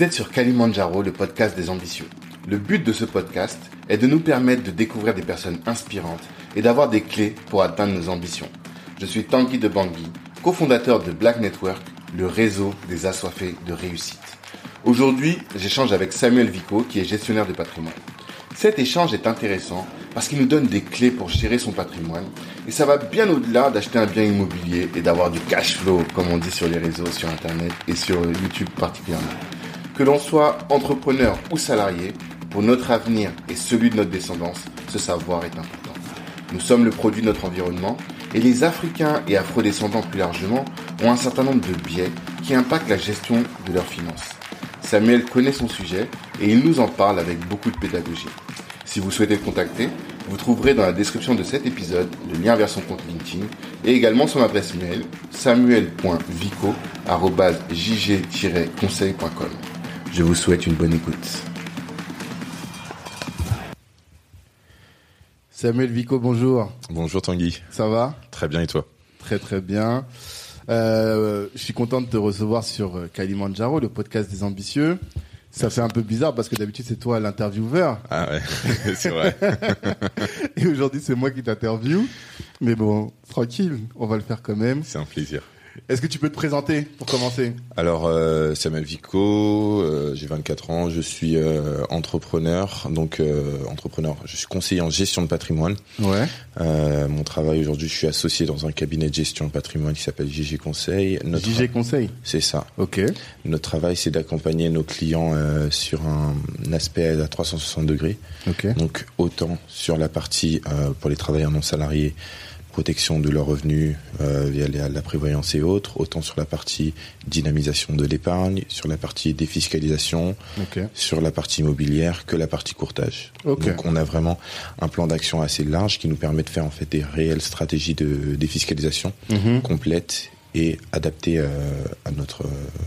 Vous êtes sur Kalimandjaro, le podcast des ambitieux. Le but de ce podcast est de nous permettre de découvrir des personnes inspirantes et d'avoir des clés pour atteindre nos ambitions. Je suis Tanguy de Bangui, cofondateur de Black Network, le réseau des assoiffés de réussite. Aujourd'hui, j'échange avec Samuel Vico, qui est gestionnaire de patrimoine. Cet échange est intéressant parce qu'il nous donne des clés pour gérer son patrimoine et ça va bien au-delà d'acheter un bien immobilier et d'avoir du cash flow, comme on dit sur les réseaux, sur Internet et sur YouTube particulièrement. Que l'on soit entrepreneur ou salarié, pour notre avenir et celui de notre descendance, ce savoir est important. Nous sommes le produit de notre environnement et les Africains et Afro-descendants plus largement ont un certain nombre de biais qui impactent la gestion de leurs finances. Samuel connaît son sujet et il nous en parle avec beaucoup de pédagogie. Si vous souhaitez le contacter, vous trouverez dans la description de cet épisode le lien vers son compte LinkedIn et également son adresse mail samuel.vico@jg-conseil.com. Je vous souhaite une bonne écoute. Samuel Vico, bonjour. Bonjour Tanguy. Ça va ? Très bien et toi ? Très très bien. Je suis content de te recevoir sur Kalimandjaro, le podcast des ambitieux. Ça fait un peu bizarre parce que d'habitude c'est toi l'intervieweur. Ah ouais, c'est vrai. Et aujourd'hui c'est moi qui t'interviewe. Mais bon, tranquille, on va le faire quand même. C'est un plaisir. Est-ce que tu peux te présenter pour commencer ? Alors, Samuel Vico, j'ai 24 ans, je suis entrepreneur. Donc, je suis conseiller en gestion de patrimoine. Ouais. Mon travail aujourd'hui, je suis associé dans un cabinet de gestion de patrimoine qui s'appelle JG Conseil. JG Conseil ? C'est ça. Ok. Notre travail, c'est d'accompagner nos clients sur un aspect à 360 degrés. Ok. Donc, autant sur la partie pour les travailleurs non salariés, protection de leurs revenus via la prévoyance et autres, autant sur la partie dynamisation de l'épargne, sur la partie défiscalisation, okay, sur la partie immobilière que la partie courtage. Okay. Donc on a vraiment un plan d'action assez large qui nous permet de faire en fait des réelles stratégies de défiscalisation complètes et adaptées à notre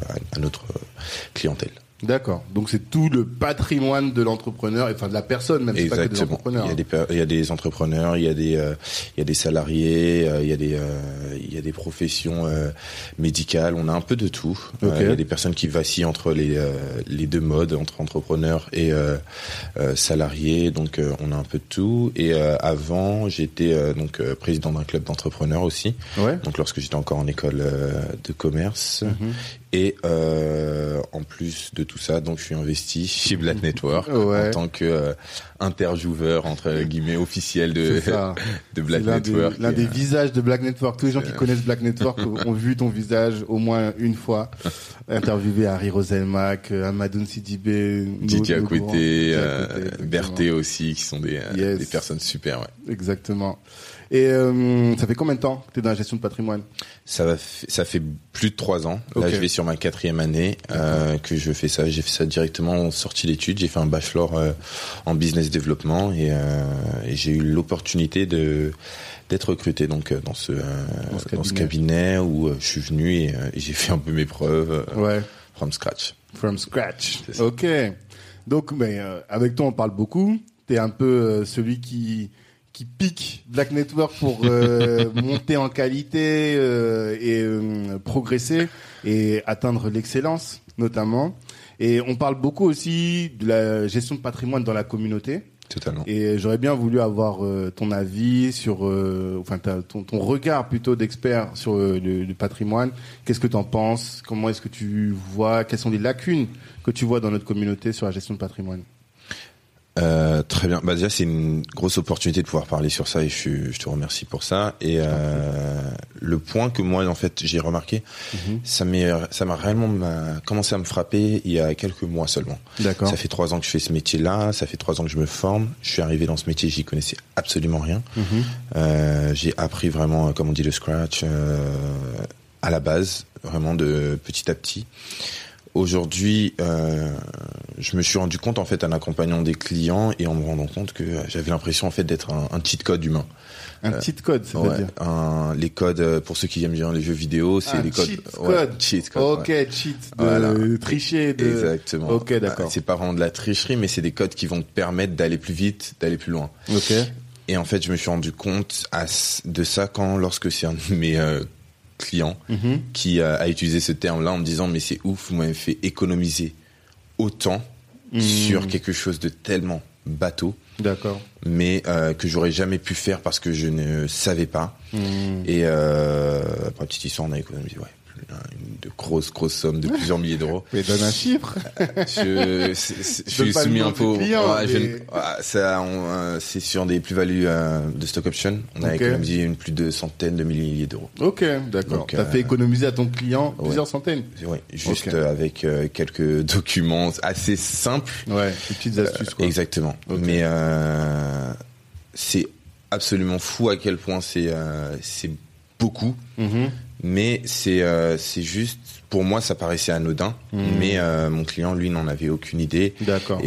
clientèle. D'accord. Donc c'est tout le patrimoine de l'entrepreneur, enfin de la personne, même si c'est pas que des entrepreneurs. Il y a des entrepreneurs, il y a des salariés, il y a des professions médicales. On a un peu de tout. Okay. Il y a des personnes qui vacillent entre les deux modes, entre entrepreneurs et salariés. Donc on a un peu de tout. Et avant, j'étais président d'un club d'entrepreneurs aussi. Ouais. Donc lorsque j'étais encore en école de commerce. Et en plus de tout ça, donc je suis investi chez Black Network en tant que intervieweur entre guillemets officiel de Black Network. L'un des visages de Black Network. Tous les gens qui connaissent Black Network ont vu ton visage au moins une fois. Interviewé Harry Roselmack, Amadou Sidibé, Didi Akwete, Berthé aussi, qui sont des personnes super. Ouais. Exactement. Et ça fait combien de temps que tu es dans la gestion de patrimoine ? Ça fait plus de 3 ans. Là, je vais sur ma 4e année que je fais ça. J'ai fait ça directement en sortie d'études. J'ai fait un bachelor en business développement et j'ai eu l'opportunité d'être recruté donc dans ce cabinet où je suis venu et j'ai fait un peu mes preuves from scratch. From scratch. Ok. Donc, avec toi, on parle beaucoup. T'es un peu celui qui pique Black Network pour monter en qualité et progresser et atteindre l'excellence notamment. Et on parle beaucoup aussi de la gestion de patrimoine dans la communauté. Totalement. Et j'aurais bien voulu avoir ton avis sur, ton regard plutôt d'expert sur le patrimoine. Qu'est-ce que tu en penses ? Comment est-ce que tu vois ? Quelles sont les lacunes que tu vois dans notre communauté sur la gestion de patrimoine ? Très bien. Déjà, c'est une grosse opportunité de pouvoir parler sur ça et je te remercie pour ça. Et le point que moi, en fait, j'ai remarqué, ça m'a réellement commencé à me frapper il y a quelques mois seulement. D'accord. Ça fait 3 ans que je fais ce métier-là. Ça fait 3 ans que je me forme. Je suis arrivé dans ce métier, j'y connaissais absolument rien. J'ai appris vraiment, comme on dit, le scratch à la base, vraiment de petit à petit. Aujourd'hui, je me suis rendu compte en fait en accompagnant des clients et en me rendant compte que j'avais l'impression en fait d'être un cheat code humain. Un cheat code, c'est-à-dire les codes pour ceux qui aiment bien les jeux vidéo, c'est les codes. Cheat code. Ok, cheat de tricher. Exactement. Ok, d'accord. C'est pas vraiment de la tricherie, mais c'est des codes qui vont te permettre d'aller plus vite, d'aller plus loin. Ok. Et en fait, je me suis rendu compte de ça lorsque c'est un de mes client qui a utilisé ce terme-là en me disant mais c'est ouf, vous m'avez fait économiser autant sur quelque chose de tellement bateau. D'accord. Mais que j'aurais jamais pu faire parce que je ne savais pas. Et pour la petite histoire, on a économisé de grosses sommes de plusieurs milliers d'euros. Mais donne un chiffre. Je suis soumis un peu. C'est sur des plus-values de stock option. On a économisé plus de centaines de milliers d'euros. Ok, d'accord. T'as fait économiser à ton client plusieurs centaines. Oui, juste avec quelques documents assez simples. Ouais, des petites astuces quoi. Exactement. Mais c'est absolument fou à quel point c'est beaucoup. Mais c'est juste, pour moi, ça paraissait anodin. Mais mon client, lui, n'en avait aucune idée. D'accord.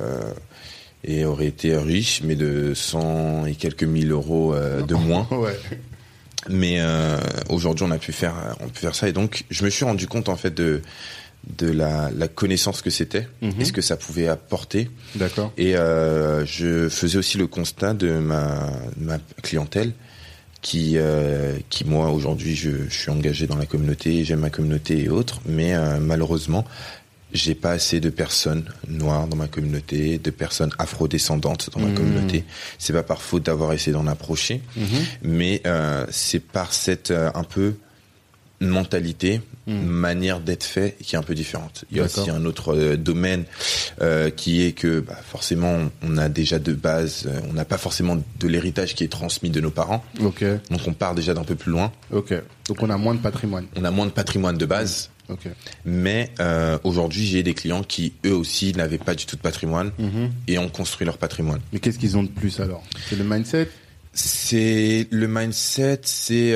Et aurait été riche, mais de 100 et quelques mille euros de moins. Ouais. Mais aujourd'hui, on peut faire ça. Et donc, je me suis rendu compte, en fait, de la connaissance que c'était et ce que ça pouvait apporter. D'accord. Et je faisais aussi le constat de ma clientèle qui moi aujourd'hui je suis engagé dans la communauté, j'aime ma communauté et autres, mais malheureusement j'ai pas assez de personnes noires dans ma communauté, de personnes afrodescendantes dans ma communauté. C'est pas par faute d'avoir essayé d'en approcher, mais c'est par cette un peu mentalité, manière d'être fait qui est un peu différente. Il y a aussi un autre domaine qui est que forcément on a déjà de base, on n'a pas forcément de l'héritage qui est transmis de nos parents. Ok. Donc on part déjà d'un peu plus loin. Ok. Donc on a moins de patrimoine. On a moins de patrimoine de base. Ok. Mais aujourd'hui j'ai des clients qui eux aussi n'avaient pas du tout de patrimoine et ont construit leur patrimoine. Mais qu'est-ce qu'ils ont de plus alors? C'est le mindset? C'est le mindset, c'est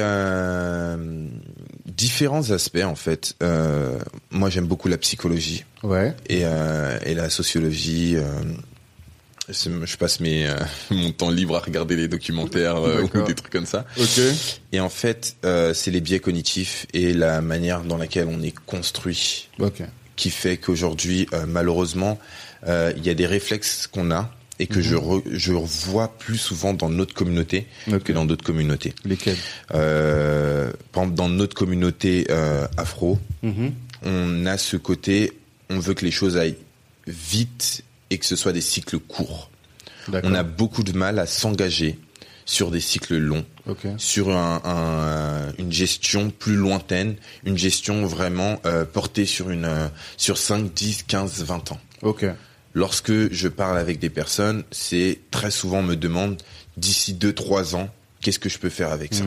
différents aspects en fait. Moi j'aime beaucoup la psychologie et la sociologie. Je passe mon temps libre à regarder les documentaires ou des trucs comme ça. Et en fait c'est les biais cognitifs et la manière dans laquelle on est construit qui fait qu'aujourd'hui malheureusement il y a des réflexes qu'on a et que je vois plus souvent dans notre communauté que dans d'autres communautés. Lesquelles? Dans notre communauté afro, on a ce côté, on veut que les choses aillent vite et que ce soit des cycles courts. On a beaucoup de mal à s'engager sur des cycles longs, sur une gestion plus lointaine, une gestion vraiment portée sur 5, 10, 15, 20 ans. Lorsque je parle avec des personnes, c'est très souvent on me demande d'ici 2-3 ans, qu'est-ce que je peux faire avec ça?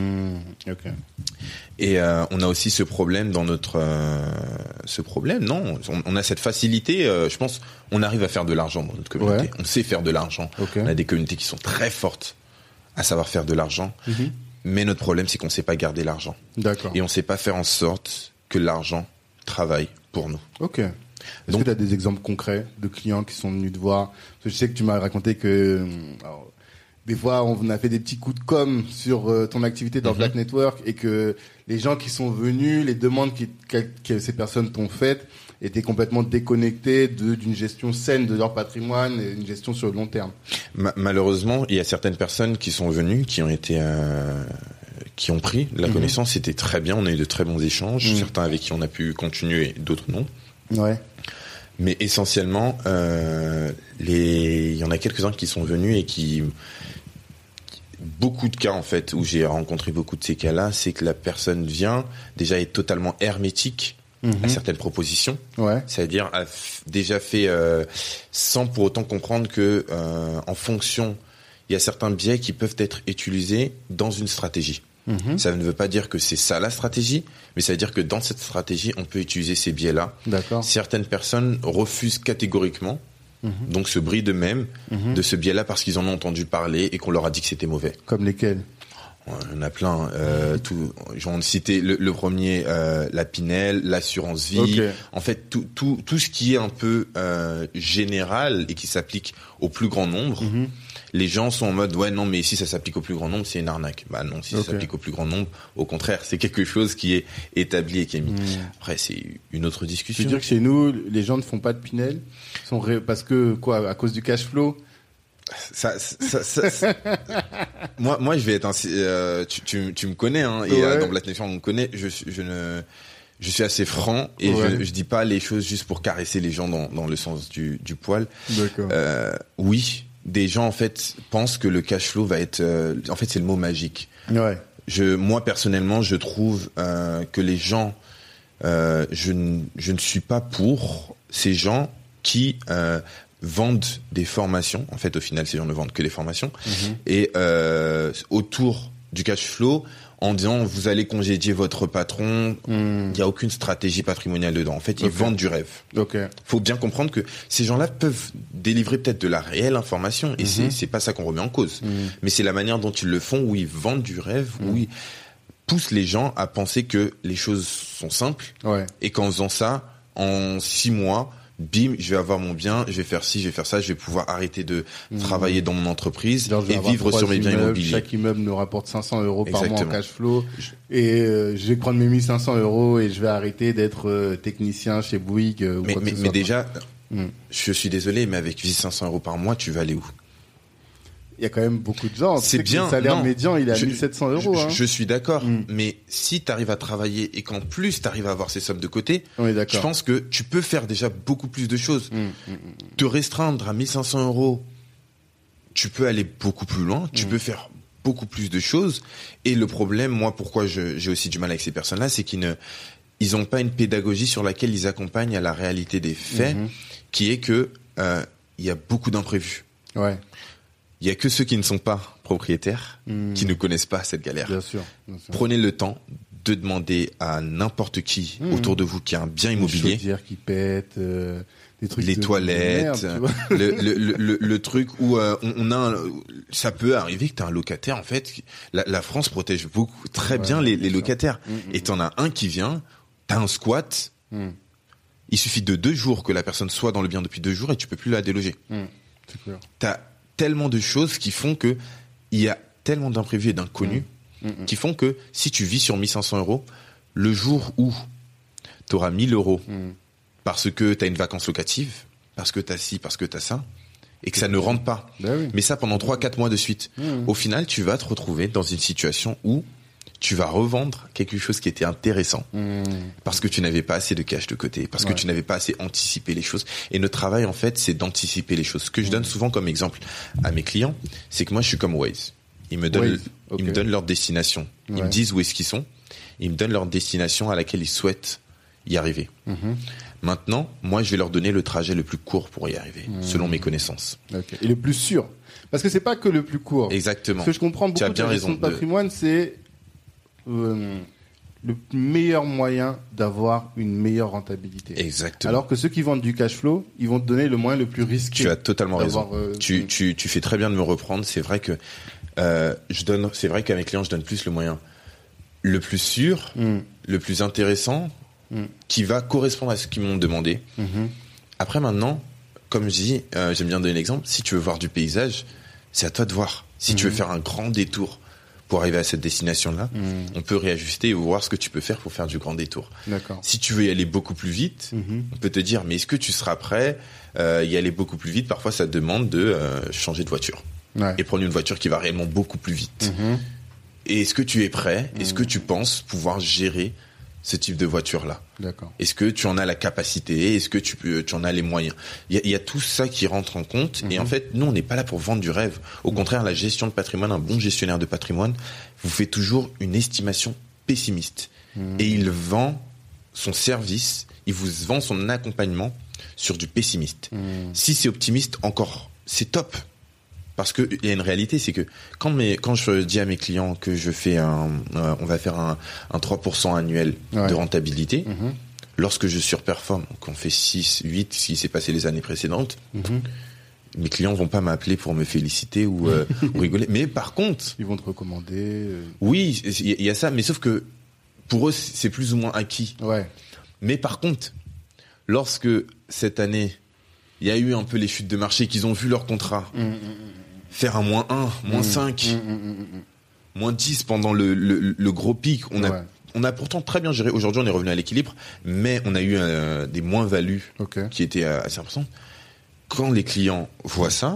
Et on a aussi ce problème dans notre on a cette facilité. Je pense, on arrive à faire de l'argent dans notre communauté. On sait faire de l'argent. On a des communautés qui sont très fortes à savoir faire de l'argent. Mais notre problème, c'est qu'on sait pas garder l'argent. Et on sait pas faire en sorte que l'argent travaille pour nous. Est-ce que tu as des exemples concrets de clients qui sont venus te voir? Parce que je sais que tu m'as raconté que des fois on a fait des petits coups de com sur ton activité dans Black Network et que les gens qui sont venus, les demandes que ces personnes t'ont faites étaient complètement déconnectées d'une gestion saine de leur patrimoine et une gestion sur le long terme. Malheureusement, il y a certaines personnes qui sont venues, qui ont pris la connaissance. C'était très bien, on a eu de très bons échanges, certains avec qui on a pu continuer, d'autres non. Mais essentiellement, il y en a quelques-uns qui sont venus et beaucoup de cas en fait où j'ai rencontré beaucoup de ces cas-là, c'est que la personne vient déjà est totalement hermétique à certaines propositions, c'est-à-dire a déjà fait sans pour autant comprendre que en fonction, il y a certains biais qui peuvent être utilisés dans une stratégie. Ça ne veut pas dire que c'est ça la stratégie, mais ça veut dire que dans cette stratégie, on peut utiliser ces biais-là. Certaines personnes refusent catégoriquement, donc se brillent d'eux-mêmes de ce biais-là parce qu'ils en ont entendu parler et qu'on leur a dit que c'était mauvais. Comme lesquels? Il y en a plein. J'en citais le premier, la Pinel, l'assurance vie. En fait, tout ce qui est un peu général et qui s'applique au plus grand nombre. Les gens sont en mode ouais non mais si ça s'applique au plus grand nombre c'est une arnaque. Bah non, si ça s'applique au plus grand nombre, au contraire c'est quelque chose qui est établi et qui est mis. Après c'est une autre discussion. Tu veux dire que chez nous les gens ne font pas de Pinel parce que quoi, à cause du cash flow? Moi je vais être tu me connais hein, et dans Black Network on me connaît, je je suis assez franc et je dis pas les choses juste pour caresser les gens dans le sens du poil. D'accord. Oui, des gens en fait pensent que le cash flow va être, en fait c'est le mot magique. Ouais. Moi personnellement, je trouve que les gens, je ne suis pas pour ces gens qui vendent des formations. En fait, au final, ces gens ne vendent que les formations. Et autour du cash flow, en disant vous allez congédier votre patron, il y a aucune stratégie patrimoniale dedans. En fait, ils vendent du rêve. Faut bien comprendre que ces gens-là peuvent délivrer peut-être de la réelle information et c'est pas ça qu'on remet en cause. Mais c'est la manière dont ils le font où ils vendent du rêve, où ils poussent les gens à penser que les choses sont simples et qu'en faisant ça, en 6 mois, bim, je vais avoir mon bien, je vais faire ci, je vais faire ça, je vais pouvoir arrêter de travailler dans mon entreprise et vivre sur mes biens immobiliers. Chaque immeuble nous rapporte 500 € par mois en cash flow et je vais prendre mes 1500 € et je vais arrêter d'être technicien chez Bouygues ou quoi que ce soit. Mais déjà, je suis désolé, mais avec 1500 € par mois, tu vas aller où? Il y a quand même beaucoup de gens. C'est bien. Le salaire médian, il est à 1700 €. Je suis d'accord. Mais si tu arrives à travailler et qu'en plus tu arrives à avoir ces sommes de côté, je pense que tu peux faire déjà beaucoup plus de choses. Te restreindre à 1500 €, tu peux aller beaucoup plus loin. Tu peux faire beaucoup plus de choses. Et le problème, moi, pourquoi j'ai aussi du mal avec ces personnes-là, c'est qu'ils ont pas une pédagogie sur laquelle ils accompagnent à la réalité des faits, qui est que il y a beaucoup d'imprévus. Ouais. Il y a que ceux qui ne sont pas propriétaires qui ne connaissent pas cette galère. Bien sûr. Prenez le temps de demander à n'importe qui autour de vous qui a un bien immobilier. Une chaudière qui pète, des trucs les toilettes, le truc où ça peut arriver que tu as un locataire en fait. La France protège très bien les locataires. Et t'en as un qui vient, t'as un squat. Il suffit de 2 jours que la personne soit dans le bien depuis 2 jours et tu peux plus la déloger. C'est clair. T'as tellement de choses qui font que il y a tellement d'imprévus et d'inconnus qui font que si tu vis sur 1500 €, le jour où tu auras 1000 € parce que tu as une vacance locative, parce que tu as ci, parce que tu as ça, et que ça ne rentre pas, mais ça pendant 3-4 mois de suite, au final, tu vas te retrouver dans une situation où tu vas revendre quelque chose qui était intéressant parce que tu n'avais pas assez de cash de côté, parce que tu n'avais pas assez anticipé les choses. Et notre travail, en fait, c'est d'anticiper les choses. Ce que je donne souvent comme exemple à mes clients, c'est que moi, je suis comme Waze. Ils me donnent leur destination. Ils me disent où est-ce qu'ils sont. Ils me donnent leur destination à laquelle ils souhaitent y arriver. Maintenant, moi, je vais leur donner le trajet le plus court pour y arriver, selon mes connaissances. Et le plus sûr. Parce que c'est pas que le plus court. Exactement. Ce que je comprends beaucoup de la gestion de patrimoine, c'est le meilleur moyen d'avoir une meilleure rentabilité. Exactement. Alors que ceux qui vendent du cash flow, ils vont te donner le moyen le plus risqué. Tu as totalement raison. Tu fais très bien de me reprendre. C'est vrai que c'est vrai qu'à mes clients, je donne plus le moyen le plus sûr, le plus intéressant, qui va correspondre à ce qu'ils m'ont demandé. Après, maintenant, comme je dis, j'aime bien donner l'exemple. Si tu veux voir du paysage, c'est à toi de voir. Si tu veux faire un grand détour pour arriver à cette destination-là, on peut réajuster et voir ce que tu peux faire pour faire du grand détour. D'accord. Si tu veux y aller beaucoup plus vite, on peut te dire, mais est-ce que tu seras prêt y aller beaucoup plus vite? Parfois, ça demande de changer de voiture et prendre une voiture qui va réellement beaucoup plus vite. Et est-ce que tu es prêt? Est-ce que tu penses pouvoir gérer ce type de voiture-là? D'accord. Est-ce que tu en as la capacité? Est-ce que tu en as les moyens? Il y a tout ça qui rentre en compte. Et en fait, nous, on n'est pas là pour vendre du rêve. Au contraire, la gestion de patrimoine, un bon gestionnaire de patrimoine, vous fait toujours une estimation pessimiste. Et il vend son service, il vous vend son accompagnement sur du pessimiste. Si c'est optimiste, encore, c'est top. Parce que il y a une réalité, c'est que quand je dis à mes clients que je fais on va faire un 3% annuel de rentabilité, lorsque je surperforme, qu'on fait 6, 8, ce qui s'est passé les années précédentes, mes clients vont pas m'appeler pour me féliciter ou rigoler. Mais par contre, ils vont te recommander. Oui, il y a ça, mais sauf que pour eux, c'est plus ou moins acquis. Mais par contre, lorsque cette année, il y a eu un peu les chutes de marché, qu'ils ont vu leur contrat faire un -1, -5, -10 pendant le gros pic. On a pourtant très bien géré. Aujourd'hui, on est revenu à l'équilibre, mais on a eu des moins-values qui étaient assez importantes. Quand les clients voient ça,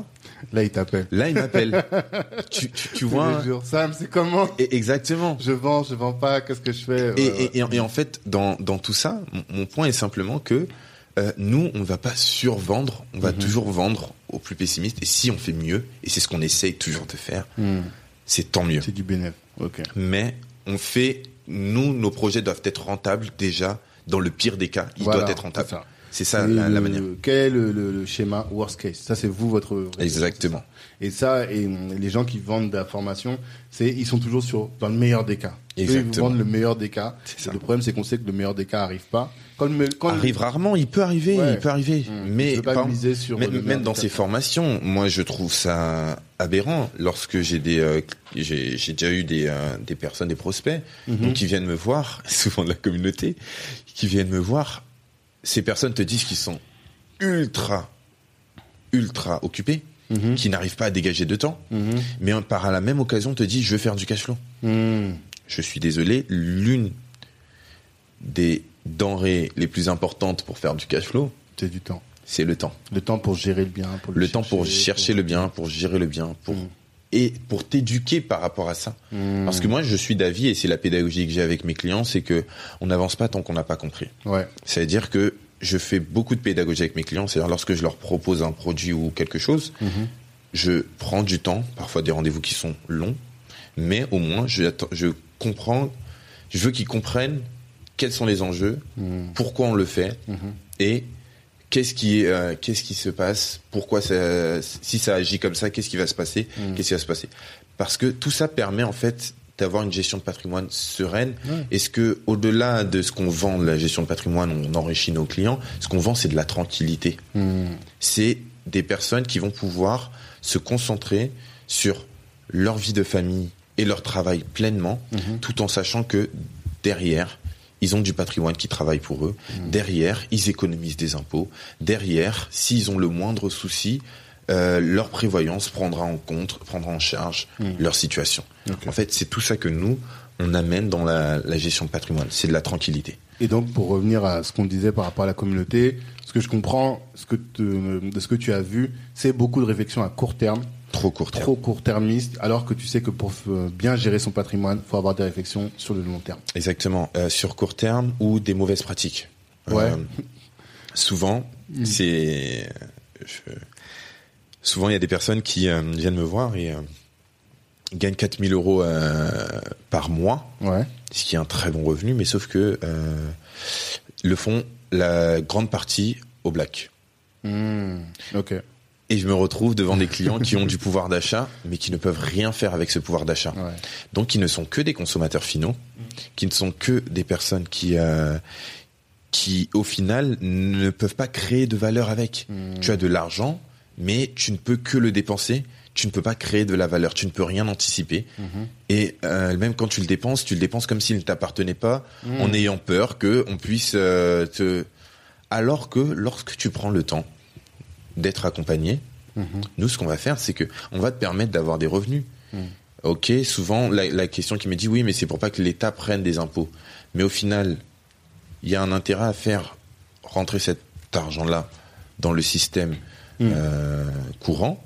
Là, il t'appelle. Là, il m'appelle. Tu vois. Je te jure, Sam, c'est comment? Exactement. Je vends pas, qu'est-ce que je fais? Et en fait, dans tout ça, mon point est simplement que nous, on va pas survendre, on va toujours vendre aux plus pessimistes. Et si on fait mieux, et c'est ce qu'on essaye toujours de faire, c'est tant mieux. C'est du bénéfice. Ok. Mais nos projets doivent être rentables déjà. Dans le pire des cas, ils doivent être rentables. C'est ça la manière. Quel est le schéma worst case? Ça, c'est vous, votre... Exactement. Et ça, et les gens qui vendent de la formation, ils sont toujours dans le meilleur des cas. Exactement. Eux, ils vendent le meilleur des cas. Le problème, c'est qu'on sait que le meilleur des cas arrive pas. Arrive rarement, il peut arriver, Mais, même dans ces formations, moi, je trouve ça aberrant lorsque j'ai déjà eu des personnes, des prospects, donc, qui viennent me voir, souvent de la communauté, qui viennent me voir. Ces personnes te disent qu'ils sont ultra occupés, qui n'arrivent pas à dégager de temps, mais par la même occasion te dit je veux faire du cash flow. Je suis désolé, l'une des denrées les plus importantes pour faire du cash flow, c'est du temps. C'est le temps. Le temps pour gérer le bien, pour chercher le bien, pour gérer le bien, et pour t'éduquer par rapport à ça. Parce que moi, je suis d'avis, et c'est la pédagogie que j'ai avec mes clients, c'est que on n'avance pas tant qu'on n'a pas compris. Ouais. C'est-à-dire que je fais beaucoup de pédagogie avec mes clients. C'est-à-dire lorsque je leur propose un produit ou quelque chose, je prends du temps, parfois des rendez-vous qui sont longs, mais au moins je comprends, je veux qu'ils comprennent quels sont les enjeux, pourquoi on le fait, et qu'est-ce qui se passe, pourquoi si ça agit comme ça, qu'est-ce qui va se passer, parce que tout ça permet en fait d'avoir une gestion de patrimoine sereine. Est-ce que au-delà de ce qu'on vend de la gestion de patrimoine, on enrichit nos clients, ce qu'on vend c'est de la tranquillité. C'est des personnes qui vont pouvoir se concentrer sur leur vie de famille et leur travail pleinement, tout en sachant que derrière ils ont du patrimoine qui travaille pour eux. Derrière, ils économisent des impôts. Derrière, s'ils ont le moindre souci, leur prévoyance prendra en charge leur situation. Okay. En fait, c'est tout ça que nous, on amène dans la gestion de patrimoine. C'est de la tranquillité. Et donc, pour revenir à ce qu'on disait par rapport à la communauté, ce que je comprends, de ce que tu as vu, c'est beaucoup de réflexions à court terme. Trop court-termiste, alors que tu sais que pour bien gérer son patrimoine, il faut avoir des réflexions sur le long terme. Exactement. Sur court terme ou des mauvaises pratiques. Souvent, souvent, il y a des personnes qui viennent me voir et gagnent 4 000 euros par mois, ce qui est un très bon revenu, mais sauf que le font la grande partie au black. Ok. Et je me retrouve devant des clients qui ont du pouvoir d'achat, mais qui ne peuvent rien faire avec ce pouvoir d'achat. Donc, qui ne sont que des consommateurs finaux, qui ne sont que des personnes qui au final, ne peuvent pas créer de valeur avec. Tu as de l'argent, mais tu ne peux que le dépenser. Tu ne peux pas créer de la valeur. Tu ne peux rien anticiper. Et même quand tu le dépenses comme s'il ne t'appartenait pas, en ayant peur qu'on puisse Alors que lorsque tu prends le temps d'être accompagné, nous, ce qu'on va faire, c'est que on va te permettre d'avoir des revenus. Ok, souvent, la question qui me dit, oui, mais c'est pour pas que l'État prenne des impôts. Mais au final, il y a un intérêt à faire rentrer cet argent-là dans le système courant.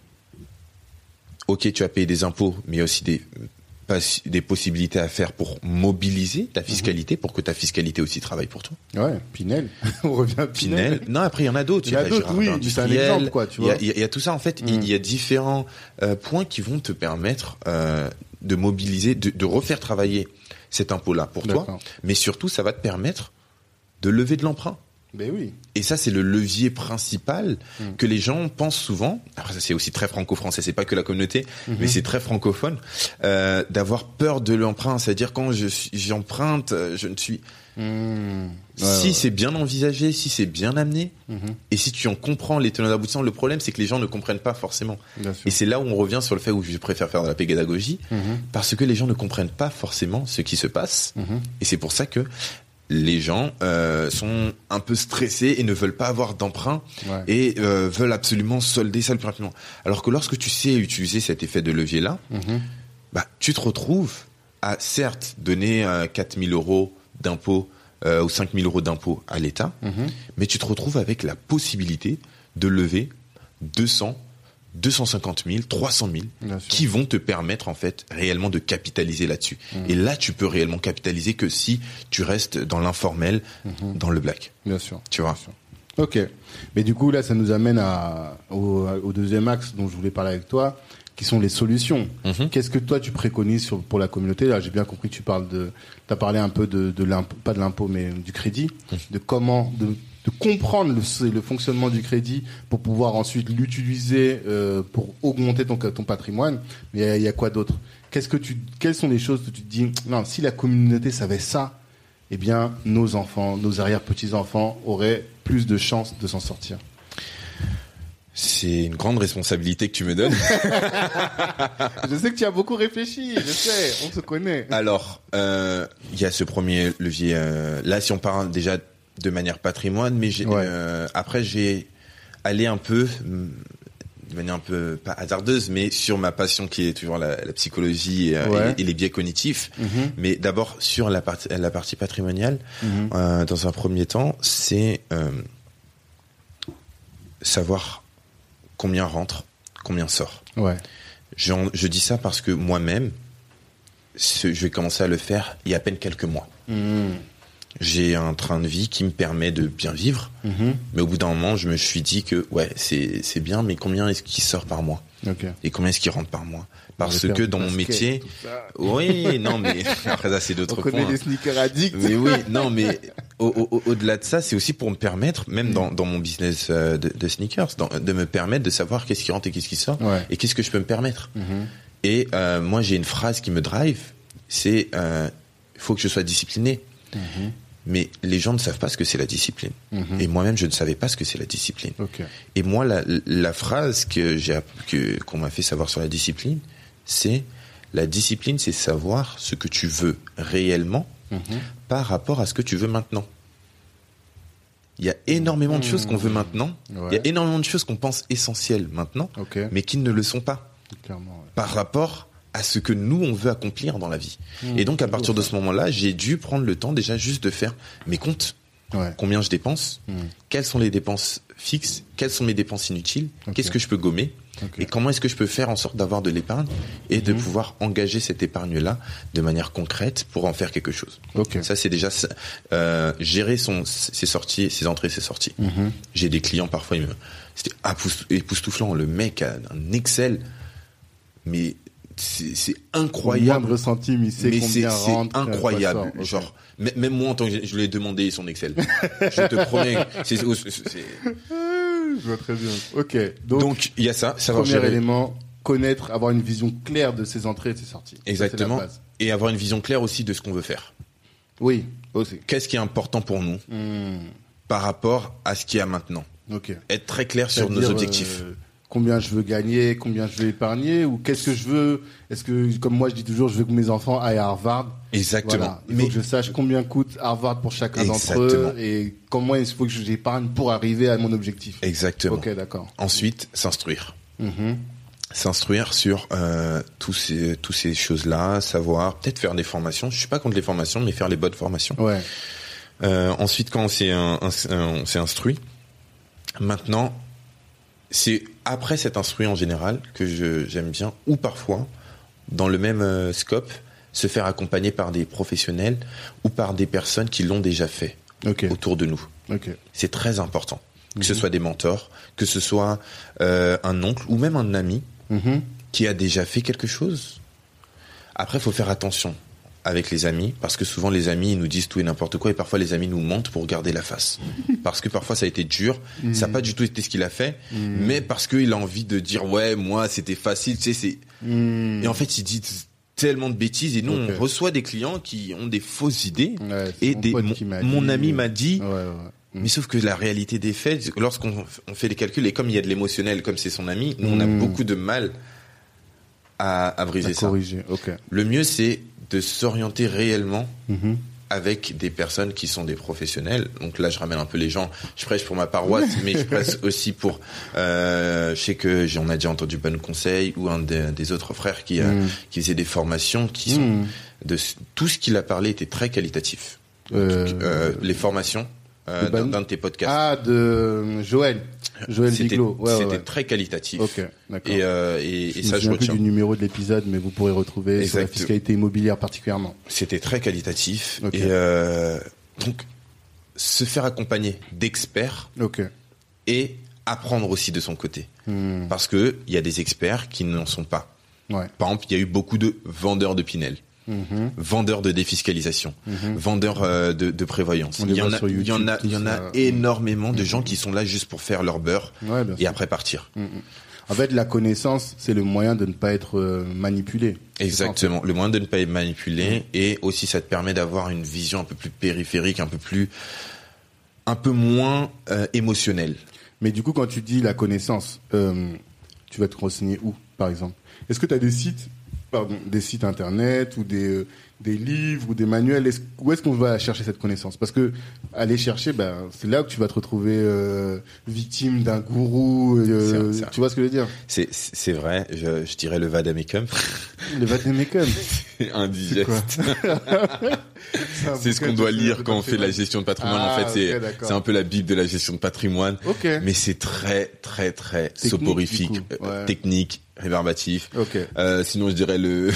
Ok, tu as payé des impôts, mais il y a aussi des possibilités à faire pour mobiliser ta fiscalité, pour que ta fiscalité aussi travaille pour toi. Ouais, Pinel. On revient à Pinel. Non, après, il y en a d'autres. Il y en a d'autres, oui, c'est un exemple, quoi, tu vois. Il y a tout ça, en fait. Il y a différents points qui vont te permettre de mobiliser, de refaire travailler cet impôt-là pour toi. Mais surtout, ça va te permettre de lever de l'emprunt. Ben oui. Et ça, c'est le levier principal que les gens pensent souvent. Après, ça, c'est aussi très franco-français. C'est pas que la communauté, mais c'est très francophone. D'avoir peur de l'emprunt. C'est-à-dire, quand j'emprunte, je ne suis... Si c'est bien envisagé, si c'est bien amené, et si tu en comprends les tenants aboutissants, le problème, c'est que les gens ne comprennent pas forcément. Et c'est là où on revient sur le fait où je préfère faire de la pédagogie, parce que les gens ne comprennent pas forcément ce qui se passe. Et c'est pour ça que les gens sont un peu stressés et ne veulent pas avoir d'emprunt et veulent absolument solder ça le plus rapidement. Alors que lorsque tu sais utiliser cet effet de levier-là, tu te retrouves à certes donner 4 000 euros d'impôts ou 5 000 euros d'impôts à l'État, mais tu te retrouves avec la possibilité de lever 200, 250 000, 300 000 qui vont te permettre en fait réellement de capitaliser là-dessus. Et là, tu peux réellement capitaliser que si tu restes dans l'informel, dans le black. Bien sûr. Tu vois. Bien sûr. Ok. Mais du coup, là, ça nous amène au deuxième axe dont je voulais parler avec toi, qui sont les solutions. Qu'est-ce que toi, tu préconises pour la communauté? Là, j'ai bien compris que t'as parlé un peu de l'impôt, pas de l'impôt, mais du crédit, de comment, de comprendre le fonctionnement du crédit pour pouvoir ensuite l'utiliser pour augmenter ton patrimoine. Mais il y a quoi d'autre? Quelles sont les choses que tu te dis, non, si la communauté savait ça, eh bien, nos enfants, nos arrière-petits-enfants auraient plus de chances de s'en sortir. C'est une grande responsabilité que tu me donnes. Je sais que tu as beaucoup réfléchi, je sais, on se connaît. Alors, il y a ce premier levier. Là, si on parle déjà de manière patrimoine, mais après j'ai allé un peu, de manière un peu pas hasardeuse, mais sur ma passion qui est toujours la psychologie et les biais cognitifs. Mais d'abord sur la partie patrimoniale, dans un premier temps, c'est savoir combien rentre, combien sort. Je dis ça parce que moi-même, je vais commencer à le faire il y a à peine quelques mois. J'ai un train de vie qui me permet de bien vivre, mais au bout d'un moment, je me suis dit que c'est bien, mais combien est-ce qui sort par mois et combien est-ce qui rentre par mois? Parce que dans mon métier, mais après ça c'est d'autres points. On connaît les sneakers addicts. Mais oui, non, mais au-delà de ça, c'est aussi pour me permettre, même dans mon business de sneakers, de me permettre de savoir qu'est-ce qui rentre et qu'est-ce qui sort et qu'est-ce que je peux me permettre. Et moi, j'ai une phrase qui me drive, c'est faut que je sois discipliné. Mais les gens ne savent pas ce que c'est la discipline. Et moi-même, je ne savais pas ce que c'est la discipline. Et moi, la phrase qu'on m'a fait savoir sur la discipline, c'est la discipline, c'est savoir ce que tu veux réellement par rapport à ce que tu veux maintenant. Il y a énormément de choses qu'on veut maintenant. Il y a énormément de choses qu'on pense essentielles maintenant, mais qui ne le sont pas. Clairement, par rapport à ce que nous on veut accomplir dans la vie. Et donc à partir de ce moment-là, j'ai dû prendre le temps déjà juste de faire mes comptes. Combien je dépense, quelles sont les dépenses fixes, quelles sont mes dépenses inutiles, qu'est-ce que je peux gommer et comment est-ce que je peux faire en sorte d'avoir de l'épargne et de pouvoir engager cette épargne-là de manière concrète pour en faire quelque chose. Ça c'est déjà gérer ses sorties, ses entrées, ses sorties. J'ai des clients parfois, c'était époustouflant, le mec a un Excel, mais c'est incroyable. Le moindre centime, il sait combien rentre. C'est incroyable. Genre, même moi, en tant que je lui ai demandé son Excel. Je te promets. Je vois très bien. Donc, il y a ça. Premier élément, connaître, avoir une vision claire de ses entrées et de ses sorties. Exactement. Et avoir une vision claire aussi de ce qu'on veut faire. Oui, aussi. Qu'est-ce qui est important pour nous par rapport à ce qu'il y a maintenant. Être très clair sur nos objectifs. Combien je veux gagner, combien je veux épargner, ou qu'est-ce que je veux. Est-ce que, comme moi je dis toujours, je veux que mes enfants aillent à Harvard. Exactement. Voilà. Il faut que je sache combien coûte Harvard pour chacun d'entre eux et comment il faut que j'épargne pour arriver à mon objectif. Exactement. D'accord. Ensuite, s'instruire. S'instruire sur tous ces choses-là, savoir, peut-être faire des formations. Je suis pas contre les formations, mais faire les bonnes formations. Ensuite, quand on s'est instruit, maintenant, c'est après cet instruit en général que j'aime bien, ou parfois, dans le même scope, se faire accompagner par des professionnels ou par des personnes qui l'ont déjà fait autour de nous. C'est très important. Que ce soit des mentors, que ce soit un oncle ou même un ami qui a déjà fait quelque chose. Après, il faut faire attention avec les amis, parce que souvent les amis ils nous disent tout et n'importe quoi, et parfois les amis nous mentent pour garder la face. Parce que parfois ça a été dur, ça n'a pas du tout été ce qu'il a fait, mais parce qu'il a envie de dire ouais, moi c'était facile, tu sais, et en fait il dit tellement de bêtises, et nous on reçoit des clients qui ont des fausses idées, et mon ami m'a dit, mais sauf que la réalité des faits, lorsqu'on fait les calculs, et comme il y a de l'émotionnel, comme c'est son ami, nous on a beaucoup de mal à briser ça. Le mieux c'est de s'orienter réellement avec des personnes qui sont des professionnels. Donc là, je ramène un peu les gens. Je prêche pour ma paroisse, mais je prêche aussi pour... je sais que on a déjà entendu Bon Conseil ou un des autres frères qui faisait des formations qui sont... tout ce qu'il a parlé était très qualitatif. Les formations d'un de tes podcasts. De Joël. Joël Biglo. C'était très qualitatif. Ok, d'accord. Et ça, je me souviens retiens. plus du numéro de l'épisode, mais vous pourrez retrouver sur la fiscalité immobilière particulièrement. C'était très qualitatif. Ok. Et donc, se faire accompagner d'experts Ok. et apprendre aussi de son côté. Parce que il y a des experts qui n'en sont pas. Ouais. Par exemple, il y a eu beaucoup de vendeurs de Pinel. Vendeurs de défiscalisation, vendeurs de prévoyance. Il y en a énormément de gens qui sont là juste pour faire leur beurre et après partir. En fait, la connaissance, c'est le moyen de ne pas être manipulé. Exactement, ça, en fait. Le moyen de ne pas être manipulé et aussi ça te permet d'avoir une vision un peu plus périphérique, un peu moins émotionnelle. Mais du coup, quand tu dis la connaissance, tu vas te renseigner où, par exemple? Est-ce que tu as des sites internet ou des livres ou des manuels? Où est-ce qu'on va chercher cette connaissance? Parce que aller chercher, c'est là que tu vas te retrouver victime d'un gourou. Tu vois ce que je veux dire? C'est vrai. Je dirais le vademecum. Le vademecum. C'est indigeste. C'est ce qu'on doit lire quand on fait la gestion de patrimoine. En fait, c'est un peu la bible de la gestion de patrimoine. Okay. Mais c'est très, très, très soporifique, technique, rébarbatif. Okay. Sinon, je dirais le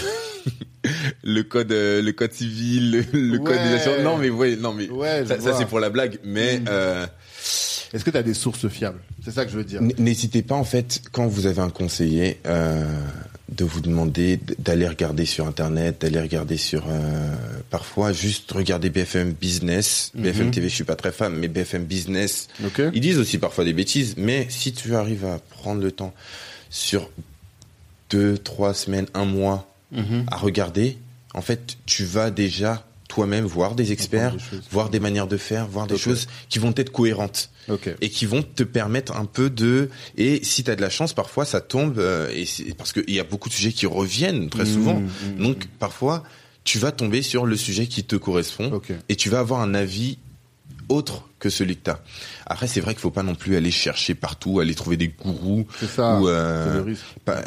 code civil, le code des assurances. Non, mais ça c'est pour la blague. Mais est-ce que tu as des sources fiables? C'est ça que je veux dire. N'hésitez pas, en fait, quand vous avez un conseiller, de vous demander d'aller regarder sur Internet, d'aller regarder sur... parfois, juste regarder BFM Business. BFM TV, je suis pas très fan, mais BFM Business, ils disent aussi parfois des bêtises. Mais si tu arrives à prendre le temps sur 2-3 semaines, 1 mois, à regarder, en fait, tu vas déjà toi-même voir des experts, voir des manières de faire, voir des choses qui vont être cohérentes et qui vont te permettre un peu de... Et si tu as de la chance, parfois ça tombe, parce qu'il y a beaucoup de sujets qui reviennent très souvent. Donc parfois, tu vas tomber sur le sujet qui te correspond et tu vas avoir un avis autre que celui que tu as. Après, c'est vrai qu'il faut pas non plus aller chercher partout, aller trouver des gourous. C'est ça, c'est le risque.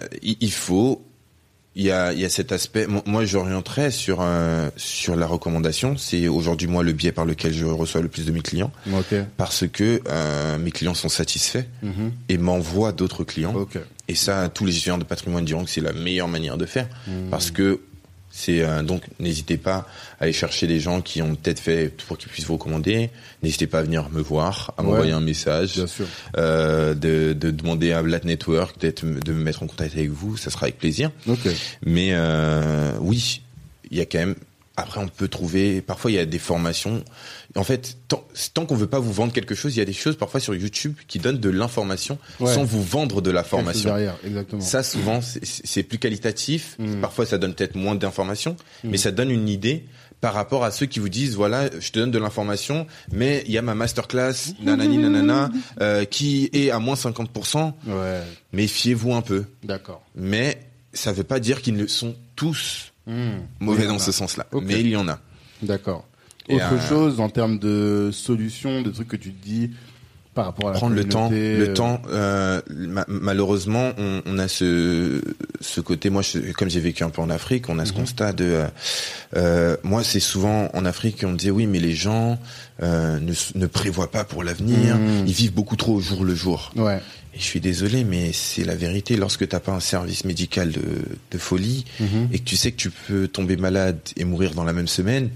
Il y a cet aspect. Moi, j'orienterais sur la recommandation. C'est aujourd'hui moi le biais par lequel je reçois le plus de mes clients, parce que mes clients sont satisfaits et m'envoient d'autres clients. Et ça, tous les gestionnaires de patrimoine diront que c'est la meilleure manière de faire, parce que c'est donc n'hésitez pas à aller chercher des gens qui ont peut-être fait pour qu'ils puissent vous recommander. N'hésitez pas à venir me voir, à m'envoyer un message, bien sûr. De demander à Blatt Network de me mettre en contact avec vous, ça sera avec plaisir. Mais oui, il y a quand même. Après, on peut trouver. Parfois, il y a des formations. En fait, tant qu'on veut pas vous vendre quelque chose, il y a des choses parfois sur YouTube qui donnent de l'information sans vous vendre de la formation. Derrière, exactement. Ça, souvent, c'est plus qualitatif. Parfois, ça donne peut-être moins d'informations, mais ça donne une idée par rapport à ceux qui vous disent voilà, je te donne de l'information, mais il y a ma masterclass, nanani nanana, qui est à moins 50%. Méfiez-vous un peu. D'accord. Mais ça veut pas dire qu'ils ne sont tous mauvais dans ce sens-là. Mais il y en a. D'accord. Autre chose en termes de solutions, de trucs que tu te dis par rapport à la prendre communauté, le temps. Malheureusement, on a ce côté. Moi, comme j'ai vécu un peu en Afrique, on a ce constat de. Moi, c'est souvent en Afrique on me dit oui, mais les gens ne prévoient pas pour l'avenir. Ils vivent beaucoup trop au jour le jour. Et je suis désolé, mais c'est la vérité. Lorsque t'as pas un service médical de folie et que tu sais que tu peux tomber malade et mourir dans la même semaine,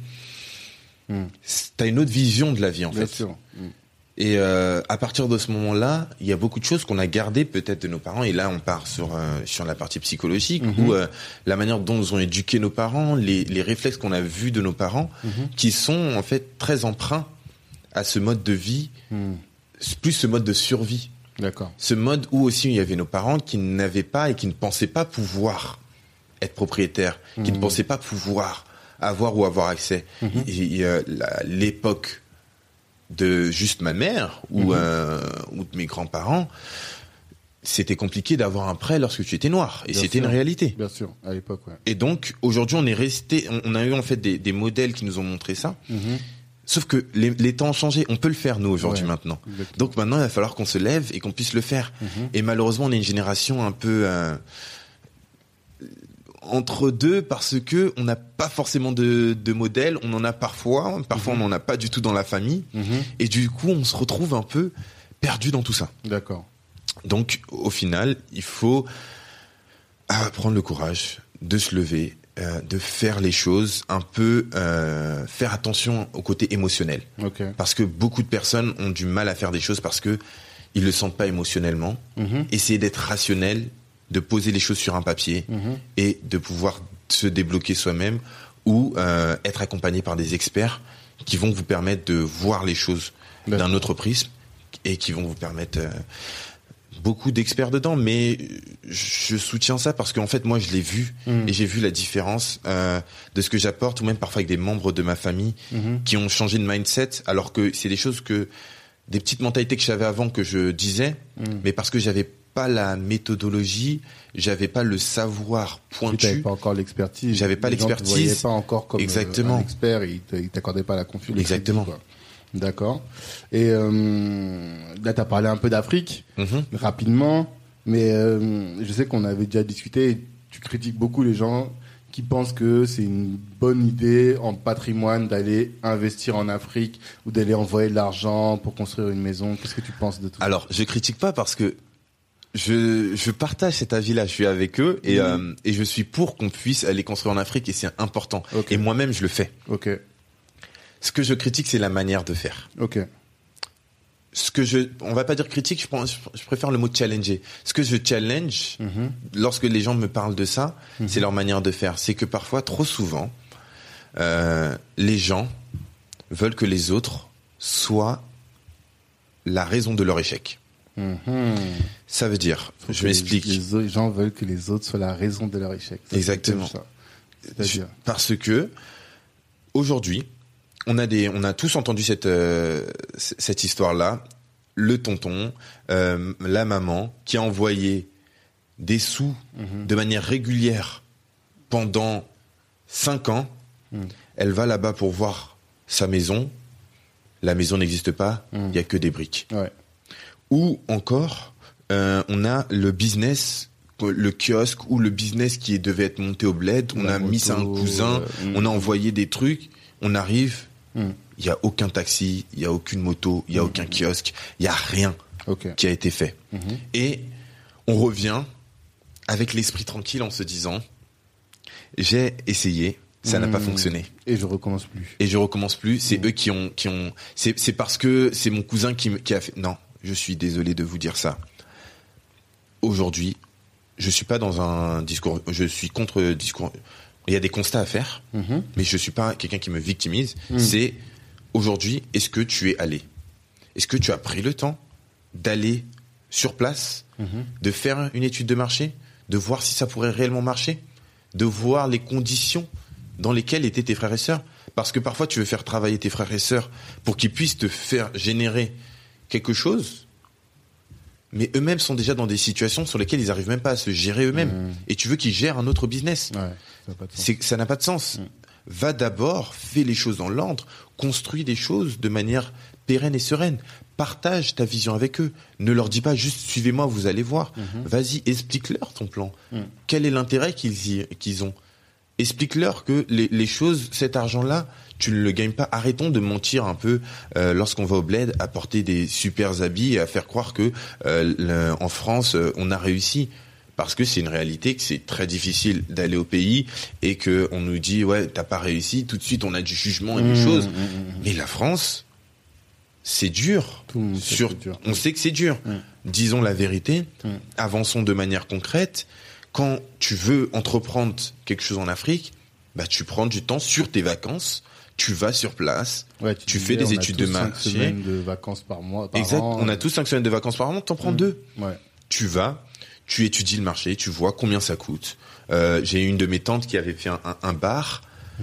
t'as une autre vision de la vie en fait. Sûr. Et à partir de ce moment-là, il y a beaucoup de choses qu'on a gardées peut-être de nos parents. Et là, on part sur la partie psychologique, où la manière dont nous ont éduqué nos parents, les réflexes qu'on a vus de nos parents, qui sont en fait très emprunts à ce mode de vie, plus ce mode de survie. D'accord. Ce mode où aussi il y avait nos parents qui n'avaient pas et qui ne pensaient pas pouvoir être propriétaires, qui ne pensaient pas pouvoir avoir accès. Et l'époque de juste ma mère ou de mes grands-parents, c'était compliqué d'avoir un prêt lorsque tu étais noir. Et c'était une réalité. Bien sûr, à l'époque, Et donc, aujourd'hui, on a eu en fait des modèles qui nous ont montré ça. Sauf que les temps ont changé. On peut le faire, nous, aujourd'hui, maintenant. Exactement. Donc maintenant, il va falloir qu'on se lève et qu'on puisse le faire. Et malheureusement, on est une génération un peu entre deux, parce que on n'a pas forcément de modèle. On en a parfois on n'en a pas du tout dans la famille. Et du coup, on se retrouve un peu perdu dans tout ça. D'accord. Donc, au final, il faut prendre le courage de se lever, de faire les choses un peu, faire attention au côté émotionnel. Okay. Parce que beaucoup de personnes ont du mal à faire des choses parce que ils le sentent pas émotionnellement. Essayer d'être rationnel, de poser les choses sur un papier et de pouvoir se débloquer soi-même ou être accompagné par des experts qui vont vous permettre de voir les choses d'un autre prisme et qui vont vous permettre beaucoup d'experts dedans, mais je soutiens ça parce qu'en fait moi je l'ai vu et j'ai vu la différence de ce que j'apporte, ou même parfois avec des membres de ma famille qui ont changé de mindset, alors que c'est des choses des petites mentalités que j'avais avant que je disais, mais parce que j'avais pas la méthodologie, j'avais pas le savoir pointu. Tu n'avais pas encore l'expertise. J'avais pas l'expertise. Tu ne voyais pas encore comme Exactement. Un expert, et il t'accordait pas la confiance. Exactement. Crédit, d'accord. Et là, tu as parlé un peu d'Afrique, rapidement, mais je sais qu'on avait déjà discuté, et tu critiques beaucoup les gens qui pensent que c'est une bonne idée en patrimoine d'aller investir en Afrique ou d'aller envoyer de l'argent pour construire une maison. Qu'est-ce que tu penses de tout ça? Alors, je critique pas parce que je partage cet avis-là, je suis avec eux et je suis pour qu'on puisse aller construire en Afrique et c'est important. Okay. Et moi-même, je le fais. Ok. Ce que je critique, c'est la manière de faire. Ok. On va pas dire critique, je préfère le mot challenger. Ce que je challenge, lorsque les gens me parlent de ça, c'est leur manière de faire. C'est que parfois, trop souvent, les gens veulent que les autres soient la raison de leur échec. Ça veut dire, je m'explique. Les gens veulent que les autres soient la raison de leur échec. Exactement. C'est-à-dire parce que aujourd'hui, on a tous entendu cette histoire-là. Le tonton, la maman, qui a envoyé des sous de manière régulière pendant 5 ans. Elle va là-bas pour voir sa maison. La maison n'existe pas. Il y a que des briques. Ouais. Ou encore, on a le business, le kiosque ou le business qui devait être monté au bled. On a mis ça à un cousin. On a envoyé des trucs. On arrive. Il y a aucun taxi, il y a aucune moto, il y a aucun kiosque, il y a rien qui a été fait. Et on revient avec l'esprit tranquille en se disant j'ai essayé, ça n'a pas fonctionné. Et je recommence plus. C'est eux qui ont c'est parce que c'est mon cousin qui a fait. Non, je suis désolé de vous dire ça. Aujourd'hui, je suis pas dans un discours, je suis contre le discours. Il y a des constats à faire, mais je suis pas quelqu'un qui me victimise. C'est aujourd'hui, est-ce que tu es allé? Est-ce que tu as pris le temps d'aller sur place, de faire une étude de marché, de voir si ça pourrait réellement marcher, de voir les conditions dans lesquelles étaient tes frères et sœurs? Parce que parfois, tu veux faire travailler tes frères et sœurs pour qu'ils puissent te faire générer quelque chose, mais eux-mêmes sont déjà dans des situations sur lesquelles ils n'arrivent même pas à se gérer eux-mêmes. Et tu veux qu'ils gèrent un autre business. Ça n'a pas de sens. Va d'abord, fais les choses dans l'ordre, construis des choses de manière pérenne et sereine. Partage ta vision avec eux. Ne leur dis pas juste suivez-moi, vous allez voir. Vas-y, explique-leur ton plan. Quel est l'intérêt qu'ils ont? Explique-leur que les choses, cet argent-là, tu ne le gagnes pas. Arrêtons de mentir un peu lorsqu'on va au bled, à porter des super habits et à faire croire que en France, on a réussi. Parce que c'est une réalité, que c'est très difficile d'aller au pays et que on nous dit ouais t'as pas réussi, tout de suite on a du jugement et des choses. Mais la France, c'est dur. On sait que c'est dur. Disons la vérité, avançons de manière concrète. Quand tu veux entreprendre quelque chose en Afrique, bah tu prends du temps sur tes vacances. Tu vas sur place, tu fais des études de marché. 5 semaines de vacances par mois. Exact. On a tous 5 semaines de vacances par an. T'en prends 2. Tu vas. Tu étudies le marché, tu vois combien ça coûte. J'ai une de mes tantes qui avait fait un bar.